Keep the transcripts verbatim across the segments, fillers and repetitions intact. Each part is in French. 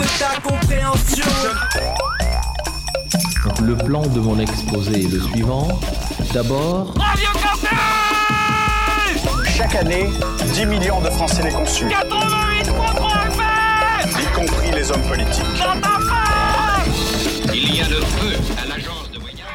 ta compréhension. Donc, le plan de mon exposé est le suivant. D'abord... Radio Campus! Chaque année, dix millions de Français les consultent. quatre-vingt-huit point trois F M! Y compris les hommes politiques. J'entends pas! Il y a le feu à l'agence de voyage.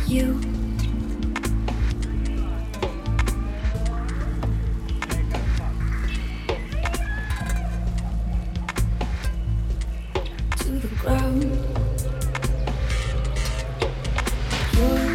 You. To the ground. You're.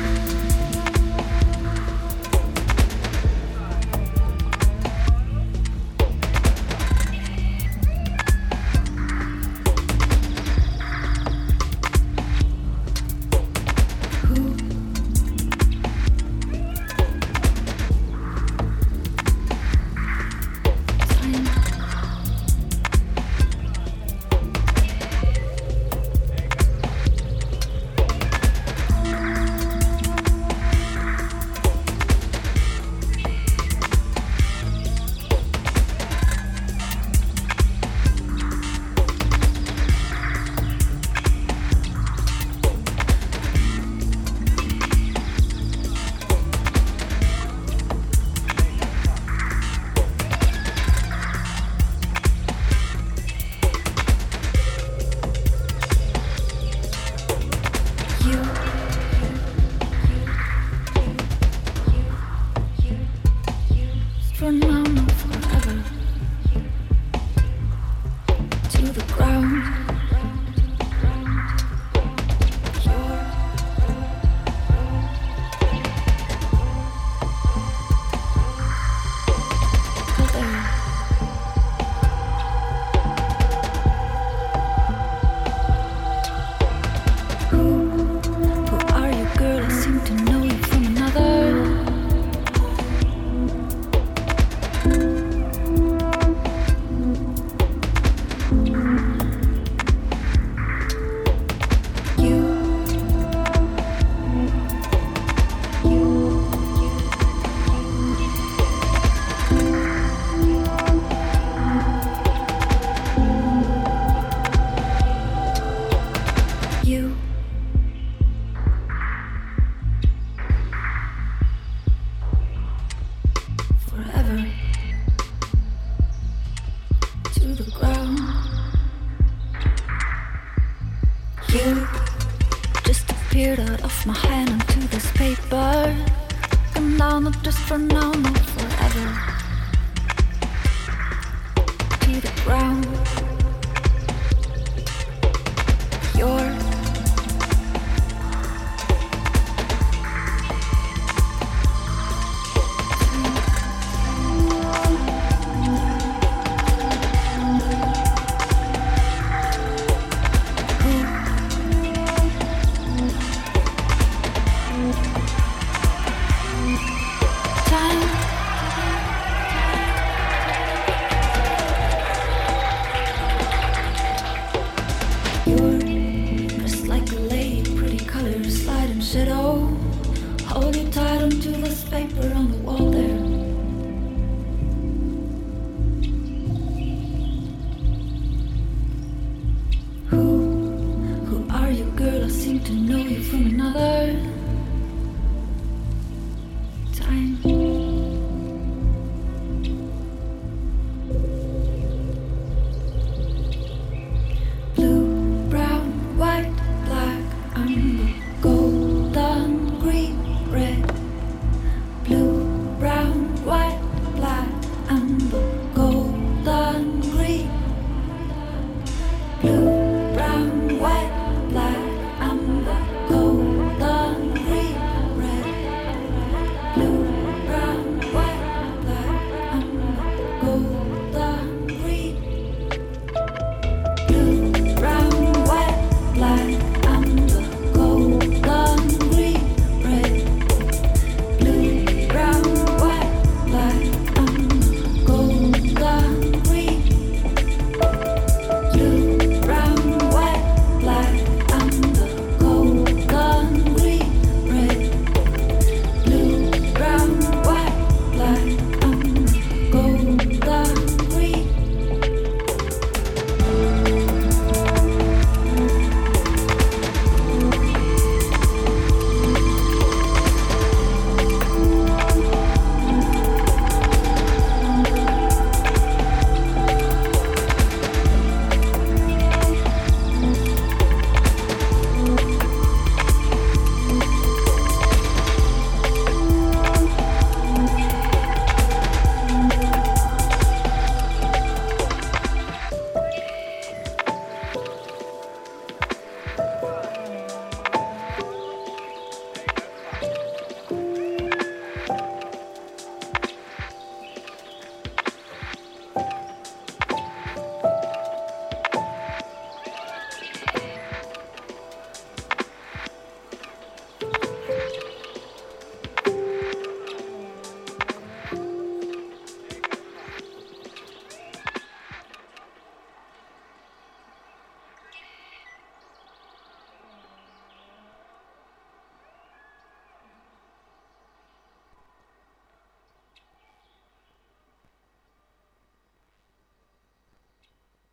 Blue, brown, white, black, amber, golden.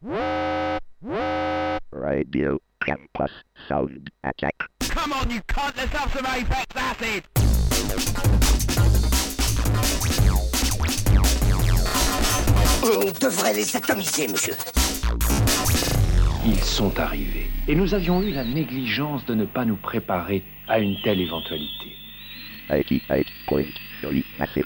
Radio Campus Sound Attack. Come on, you cunt, let's have some Apex acid! On devrait les atomiser, monsieur. Ils sont arrivés, et nous avions eu la négligence de ne pas nous préparer à une telle éventualité. quatre-vingt-dix-huit point huit Massif.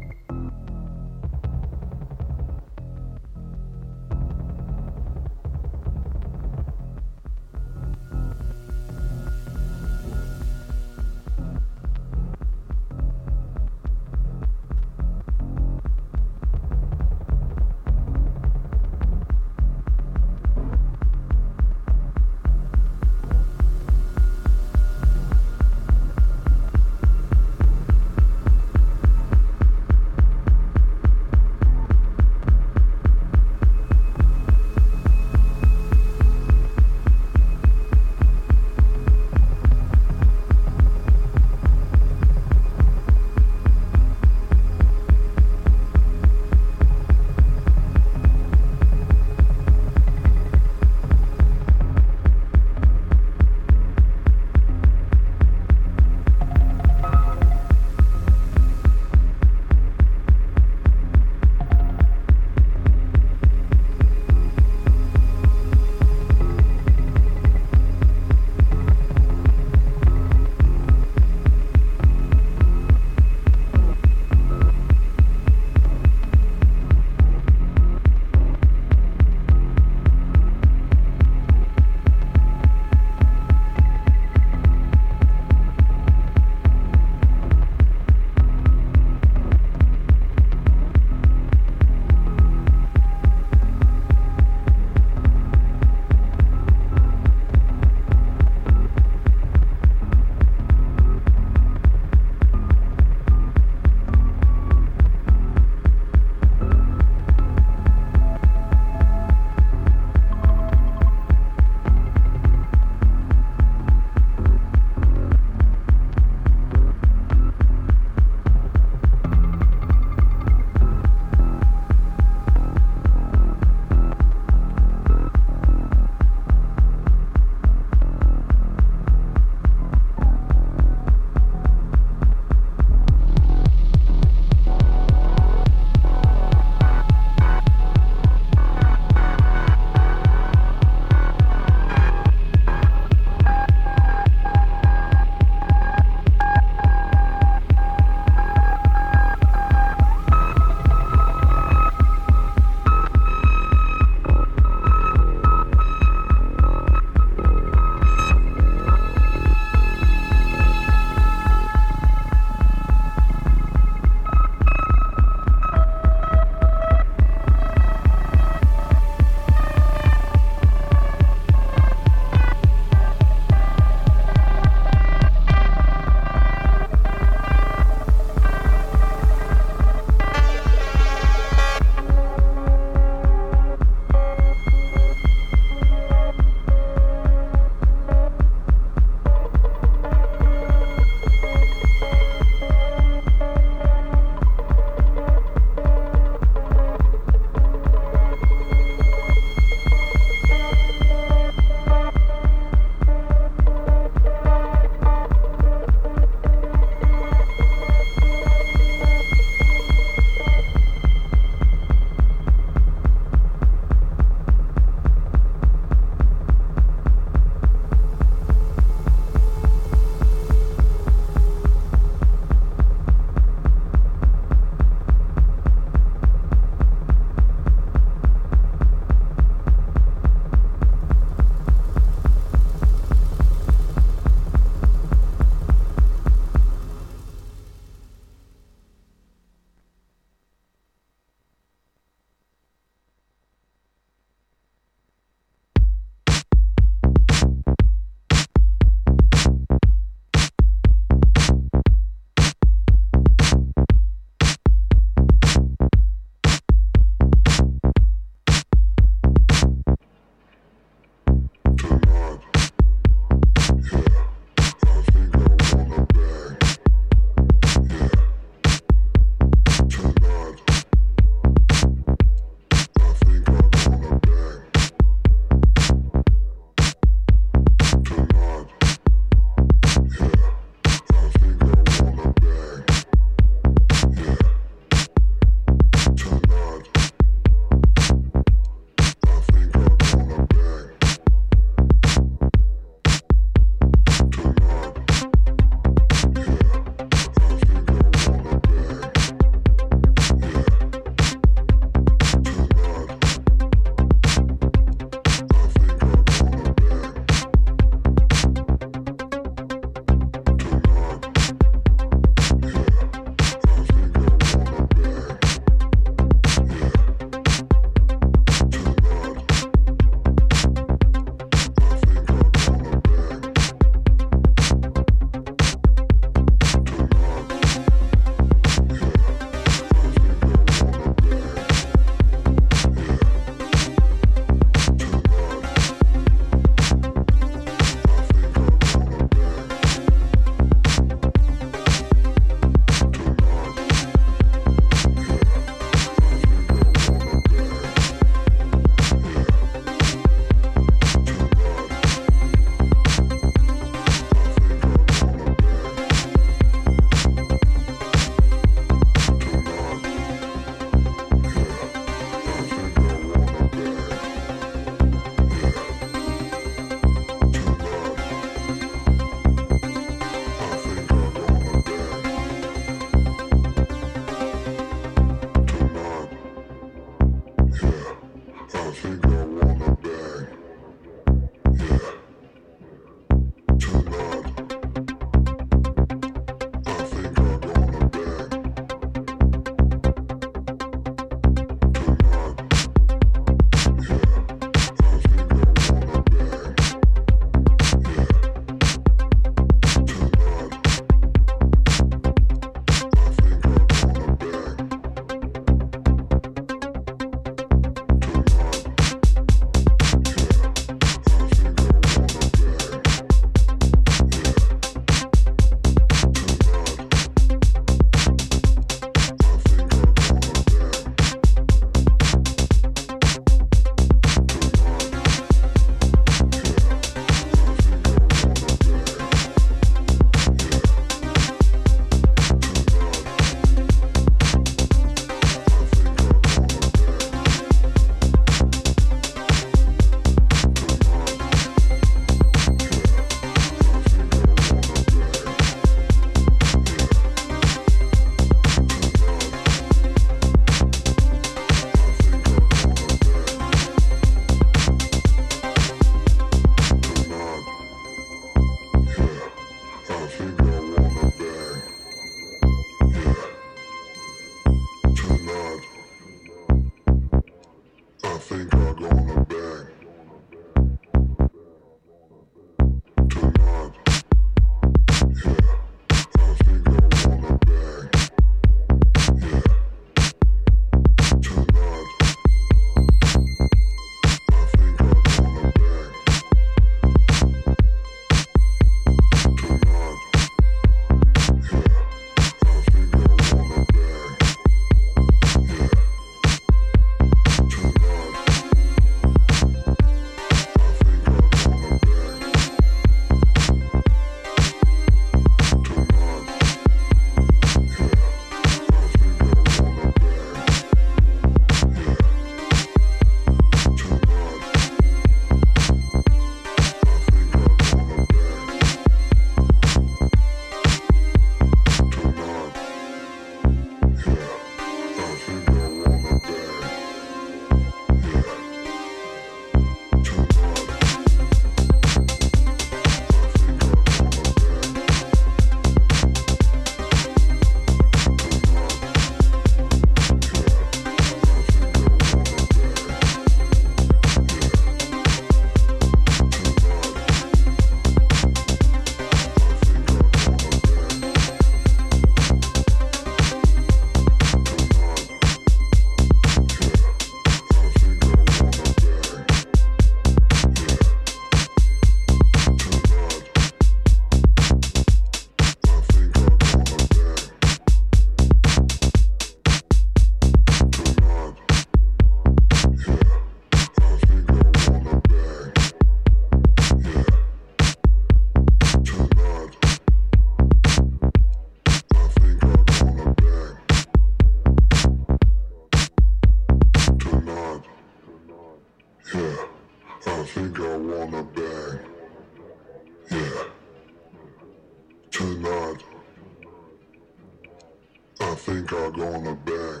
think I'll go in the bag.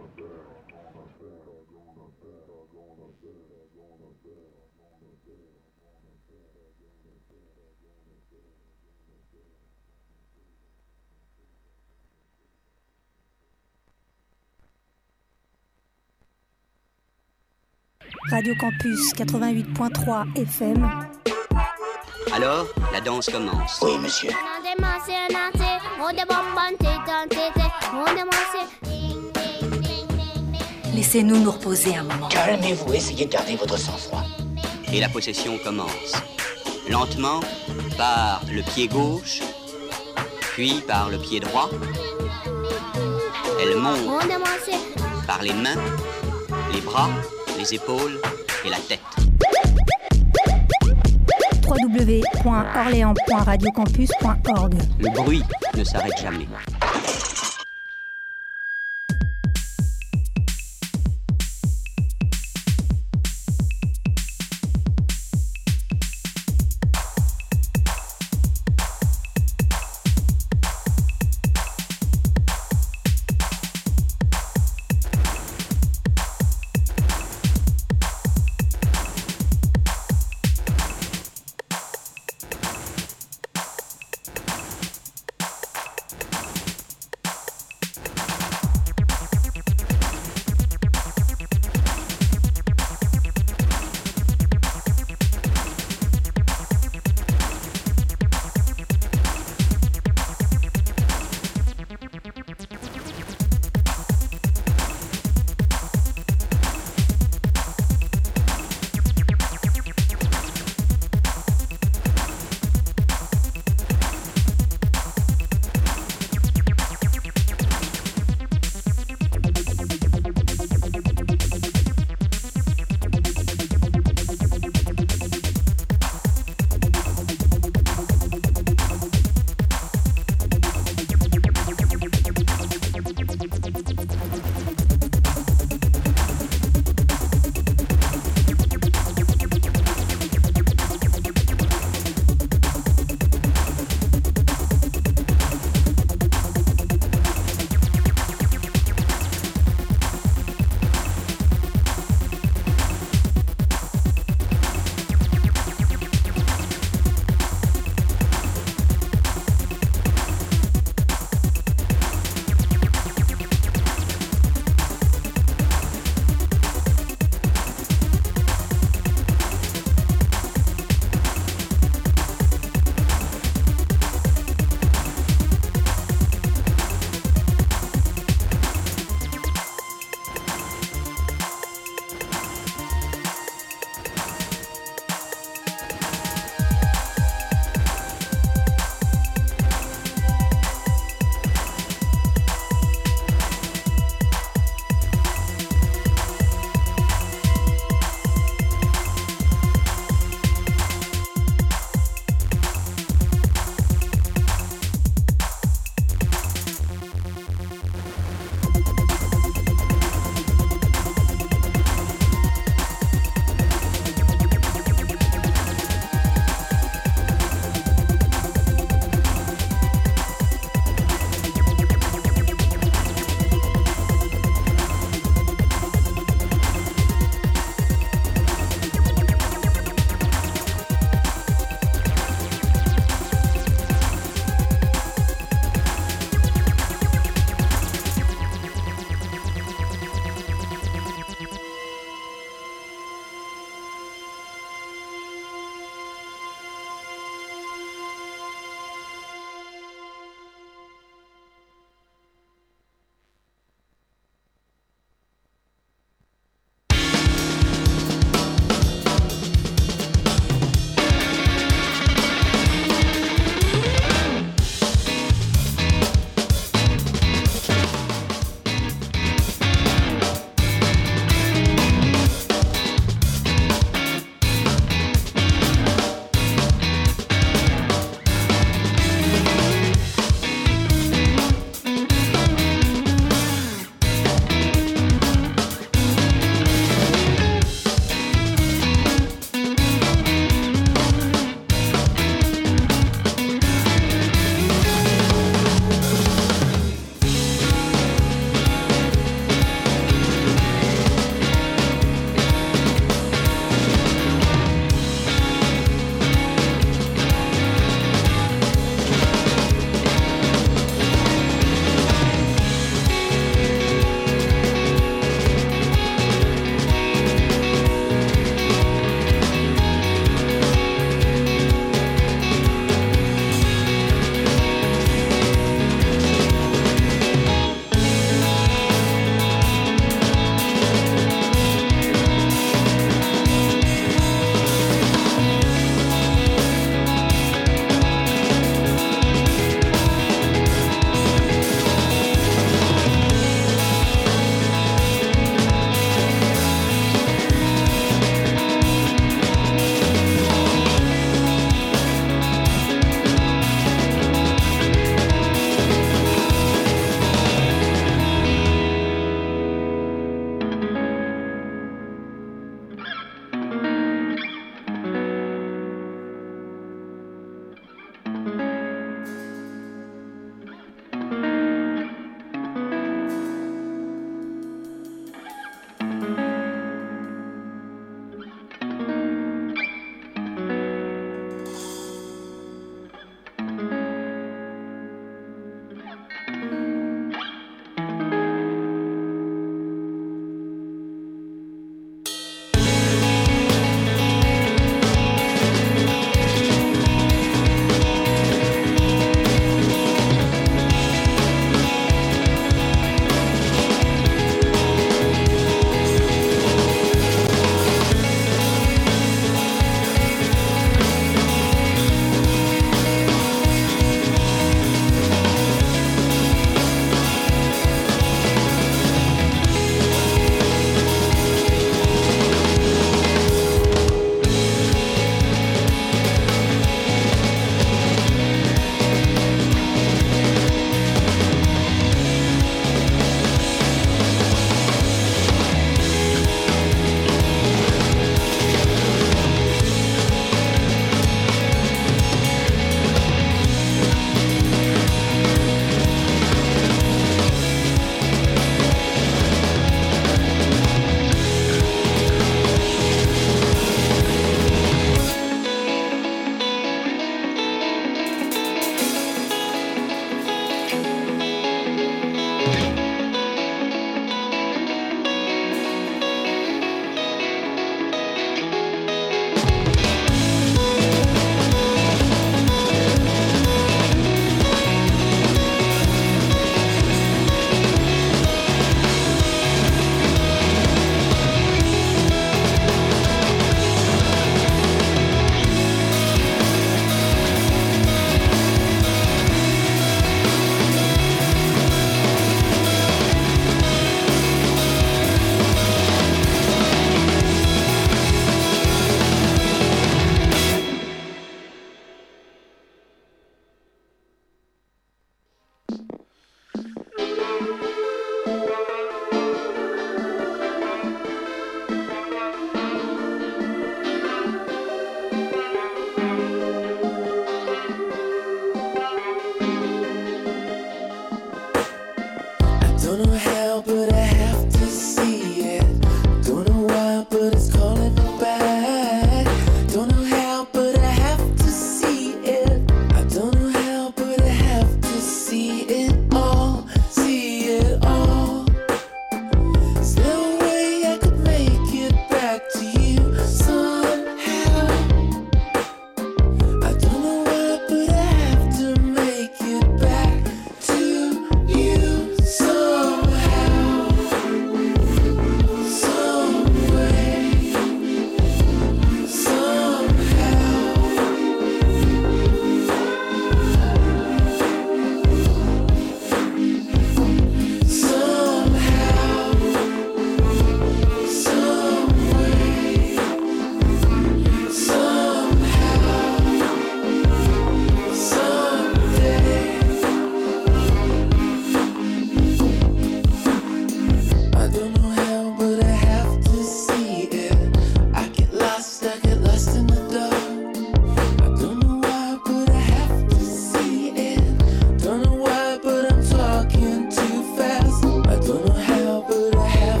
Radio Campus quatre-vingt-huit point trois F M. Alors, la danse commence. Oui, monsieur. Laissez-nous nous reposer un moment. Calmez-vous, essayez de garder votre sang-froid. Et la possession commence. Lentement, par le pied gauche, puis par le pied droit. Elle monte par les mains, les bras, les épaules et la tête. w w w point orléans point radiocampus point org. Le bruit ne s'arrête jamais.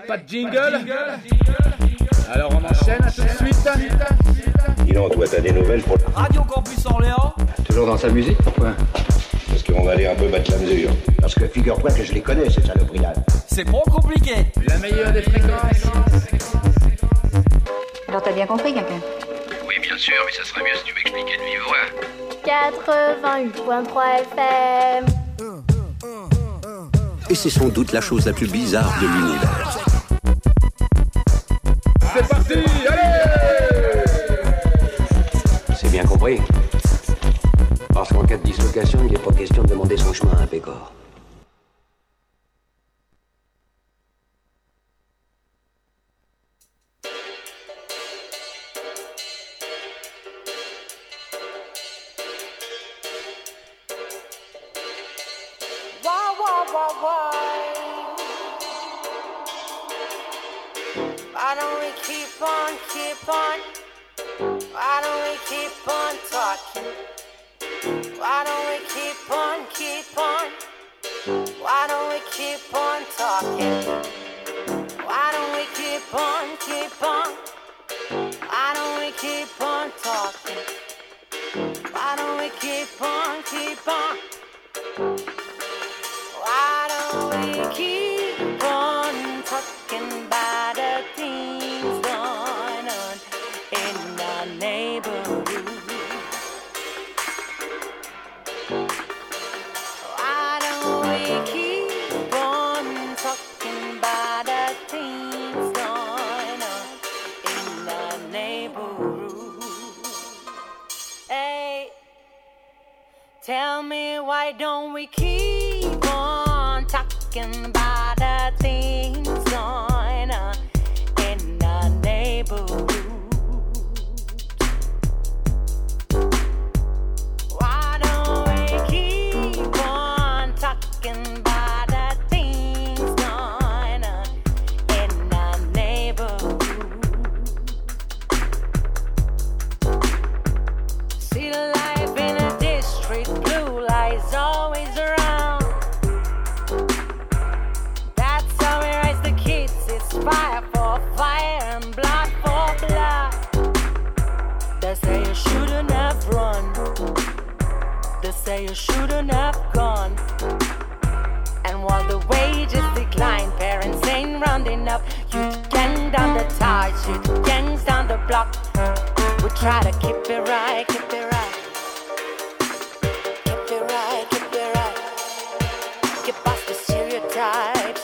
Pas de jingle. Alors on enchaîne tout de suite. Dis donc, toi t'as des nouvelles pour... Radio Campus Orléans. Toujours dans sa musique, pourquoi? Parce qu'on va aller un peu battre la mesure. Parce que figure-toi que je les connais, ces saloperies-là. C'est pas compliqué. La meilleure des fréquences. Alors t'as bien compris, quelqu'un? Oui, bien sûr, mais ça serait mieux si tu m'expliquais de vive voix. quatre-vingt-huit virgule trois F M. Et c'est sans doute la chose la plus bizarre de l'univers. C'est parti, allez! C'est bien compris. Parce qu'en cas de dislocation, il n'est pas question de demander son chemin à un pécor. Why don't we keep on, keep on? Why don't we keep on talking? Why don't we keep on, keep on? Why don't we keep on talking? Why don't we keep on, keep on? Why don't we keep on talking? Why don't we keep on, keep on? Why don't we keep on talking about the things going on in our neighborhood? Why don't we keep on talking about the things going on in our neighborhood? Hey, tell me, why don't we keep on talking about the things going on in our neighborhood? Why don't we keep on talking about the things going on in our neighborhood? See the life in a district, blue lights always around. That's how we raise the kids. It's fire for fire and blood for blood. They say you shouldn't have run. They say you shouldn't have gone. And while the wages decline, parents ain't rounding up. You gang down the ties, you gangs down the block. We try to keep it right, keep it right. Keep it right, keep it right. Get past the stereotypes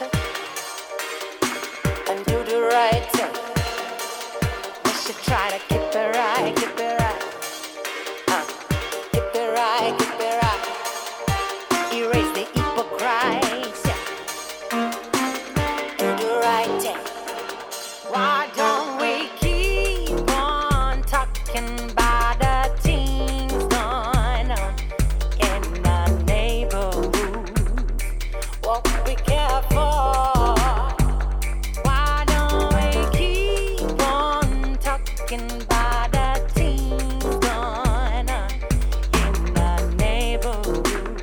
and do the right thing. We should try to keep it right, keep it right. Uh, keep it right, keep it right. Erase the hypocrites, yeah. Do the right thing. Why don't we keep on talking about the things going on in our neighborhood? What we care for? Why don't we keep on talking about the things going on in our neighborhood?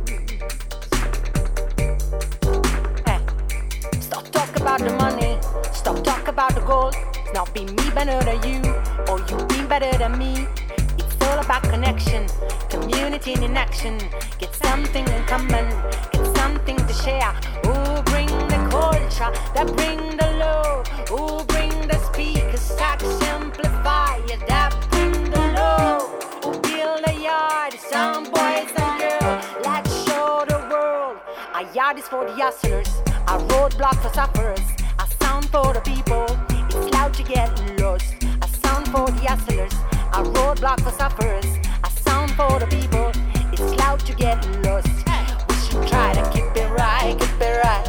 Hey, stop talking about the money. Stop talking about the gold. It's not be me better than you, or you being better than me. It's all about connection, community in action. Get something in common, get something to share. Who bring the culture, that bring the love. Who bring the speakers, that simplify it, that bring the love. Who build a yard, some boys and girls. Let's show the world. A yard is for the hustlers, a roadblock for sufferers. A sound for the people, it's loud to get lost. A sound for the hustlers, a roadblock for sufferers. A sound for the people, it's loud to get lost. We should try to keep it right, keep it right.